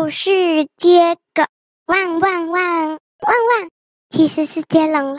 故事接个汪汪汪汪汪，其实是接龙啦。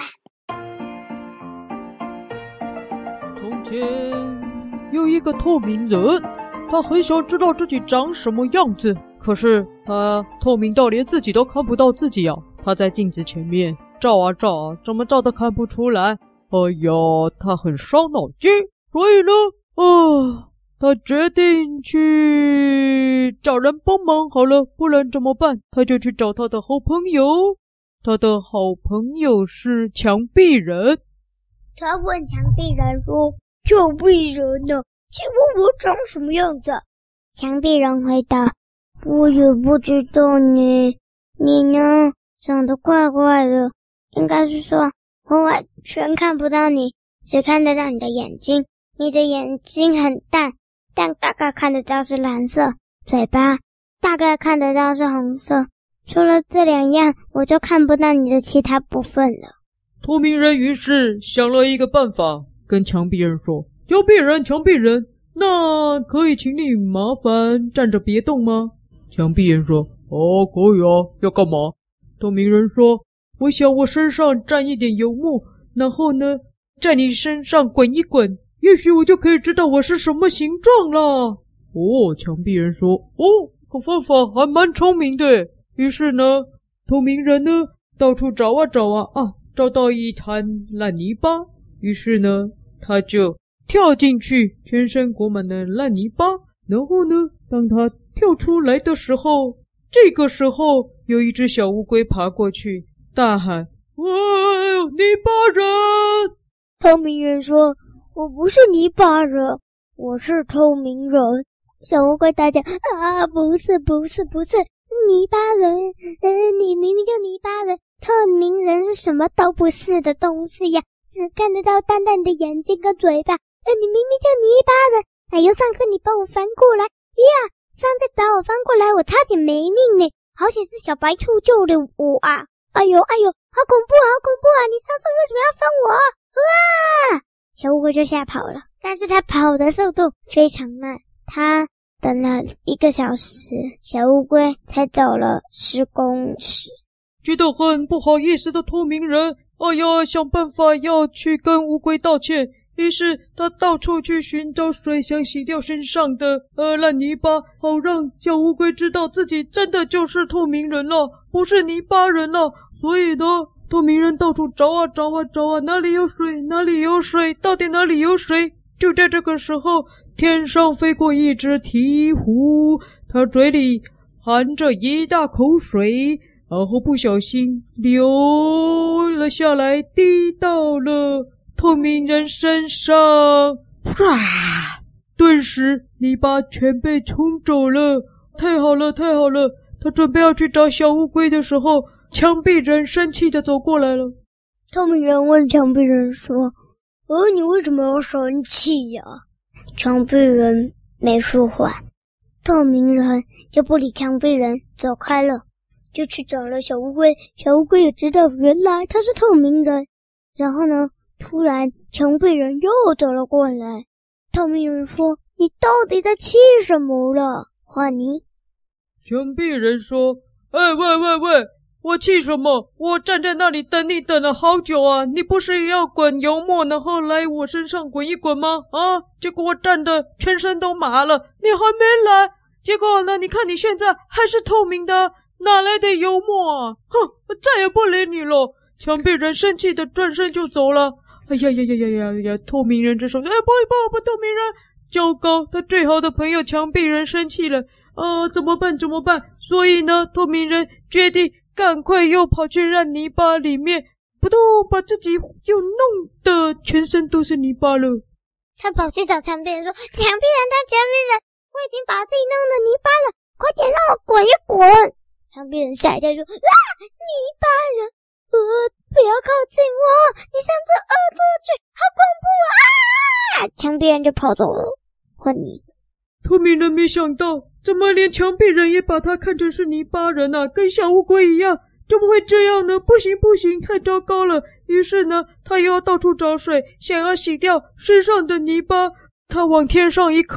从前有一个透明人，他很想知道自己长什么样子，可是他透明到连自己都看不到自己啊。他在镜子前面照啊照啊，怎么照都看不出来。哎呀，他很伤脑筋，所以呢，他决定去找人帮忙好了，不然怎么办？他就去找他的好朋友，他的好朋友是墙壁人。 他问墙壁人说：“墙壁人呢？请问我长什么样子？” 墙壁人回答：“我也不知道呢。你呢，长得怪怪的，应该是说我完全看不到你，只看得到你的眼睛。你的眼睛很淡，但大概看得到是蓝色，嘴巴大概看得到是红色。除了这两样，我就看不到你的其他部分了。” 透明人于是想了一个办法，跟墙壁人说：“墙壁人，那可以请你麻烦站着别动吗？”墙壁人说：“哦，可以啊，要干嘛？”透明人说：“我想我身上沾一点油墨，然后呢，在你身上滚一滚，也许我就可以知道我是什么形状了。”哦，墙壁人说：“哦，这方法还蛮聪明的。”于是呢，透明人呢到处找啊找啊，找到一滩烂泥巴，于是呢，他就跳进去，全身裹满了烂泥巴。然后呢，当他跳出来的时候，这个时候有一只小乌龟爬过去，大喊：“喂，泥巴人！” 透明人说：“我不是泥巴人，我是透明人。” 小乌龟大叫：“不是，泥巴人，你明明就泥巴人，透明人是什么都不是的东西呀，只看得到淡淡的眼睛跟嘴巴。你明明就泥巴人，哎呦，上次你把我翻过来呀，上次把我翻过来，我差点没命呢，好险是小白兔救了我啊！哎呦，好恐怖啊！你上次为什么要翻我啊？”小乌龟就吓跑了，但是它跑的速度非常慢，它等了1个小时，小乌龟才走了10公尺。 觉得很不好意思的透明人，想办法要去跟乌龟道歉。于是他到处去寻找水，想洗掉身上的烂泥巴，好让小乌龟知道自己真的就是透明人了，不是泥巴人了。所以呢，透明人到处找啊，哪里有水，到底哪里有水？就在这个时候，天上飞过一只鹈鹕，它嘴里含着一大口水，然后不小心流了下来，滴到了透明人身上，顿时泥巴全被冲走了。太好了！他准备要去找小乌龟的时候，墙壁人生气的走过来了。 透明人问墙壁人说：“你为什么要生气呀？” 墙壁人没说话，透明人就不理墙壁人，走开了，就去找了小乌龟。小乌龟也知道原来他是透明人。然后呢，突然墙壁人又走了过来。透明人说：“你到底在气什么了？”换你。 墙壁人说：“喂，我气什么？我站在那里等你等了好久啊！你不是要滚油墨，然后来我身上滚一滚吗？结果我站得全身都麻了，你还没来。结果呢？你看你现在还是透明的，哪来的油墨啊？哼，我再也不理你了。”墙壁人生气的转身就走了。哎呀！透明人这时候，不，透明人，糟糕！他最好的朋友墙壁人生气了。怎么办？所以呢，透明人决定赶快又跑去烂泥巴里面，不动，把自己又弄得全身都是泥巴了。 他跑去找墙壁人说：“墙壁人，我已经把自己弄得泥巴了，快点让我滚一滚。”墙壁人吓一跳说：“泥巴人，不要靠近我，你像只恶作剧，好恐怖啊！”墙壁人就跑走了。换你。 透明人没想到，怎么连墙壁人也把他看成是泥巴人啊，跟小乌龟一样，怎么会这样呢？不行，太糟糕了。于是呢，他又要到处找水，想要洗掉身上的泥巴。他往天上一看，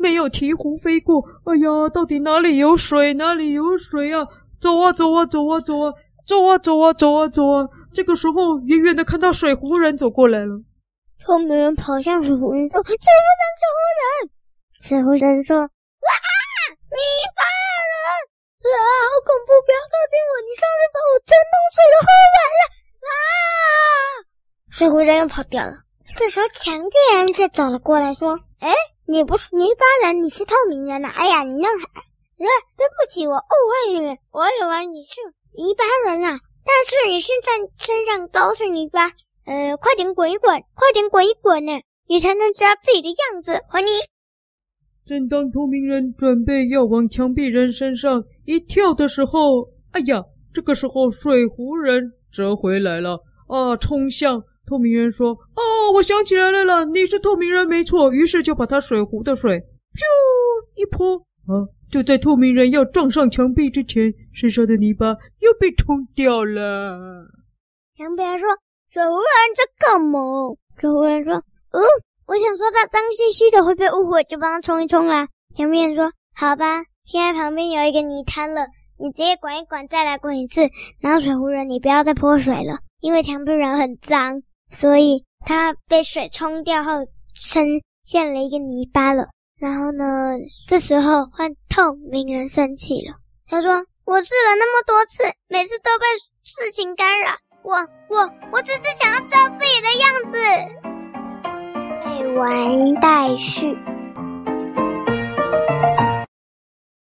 没有鹈鹕飞过。哎呀，到底哪里有水？哪里有水啊？走啊走啊走啊走啊走啊走啊走啊走啊！这个时候，远远的看到水湖人走过来了。 透明人跑向水湖人说：“水湖人，水湖人！”水湖人说：“哇，泥巴人！啊，好恐怖！不要靠近我！你上次把我真弄水都喝完了！”啊！水湖人又跑掉了。这时候，强巨人却走了过来，说：“哎，你不是泥巴人，你是透明人啊！哎呀，你弄好。对不起，我误会你了。我以为你是泥巴人啊，但是你现在身上都是泥巴。快点滚一滚，快点滚一滚呢，你才能知道自己的样子。还你！” 正当透明人准备要往墙壁人身上一跳的时候，哎呀，这个时候水湖人折回来了啊，冲向透明人说：“哦，我想起来了啦，你是透明人没错。”于是就把他水壶的水咻一泼啊，就在透明人要撞上墙壁之前，身上的泥巴又被冲掉了。 墙壁人说：“水湖人在干嘛？”水湖人说：“我想说他脏兮兮的会被误会，就帮他冲一冲啦。”墙壁人说：“好吧，现在旁边有一个泥滩了，你直接滚一滚，再来滚一次。然后水湖人，你不要再泼水了，因为墙壁人很脏，所以他被水冲掉后呈现了一个泥巴了。然后呢，这时候换透明人生气了，他说：“我试了那么多次，每次都被事情干扰，我只是想要照自己的样子。”未完待续。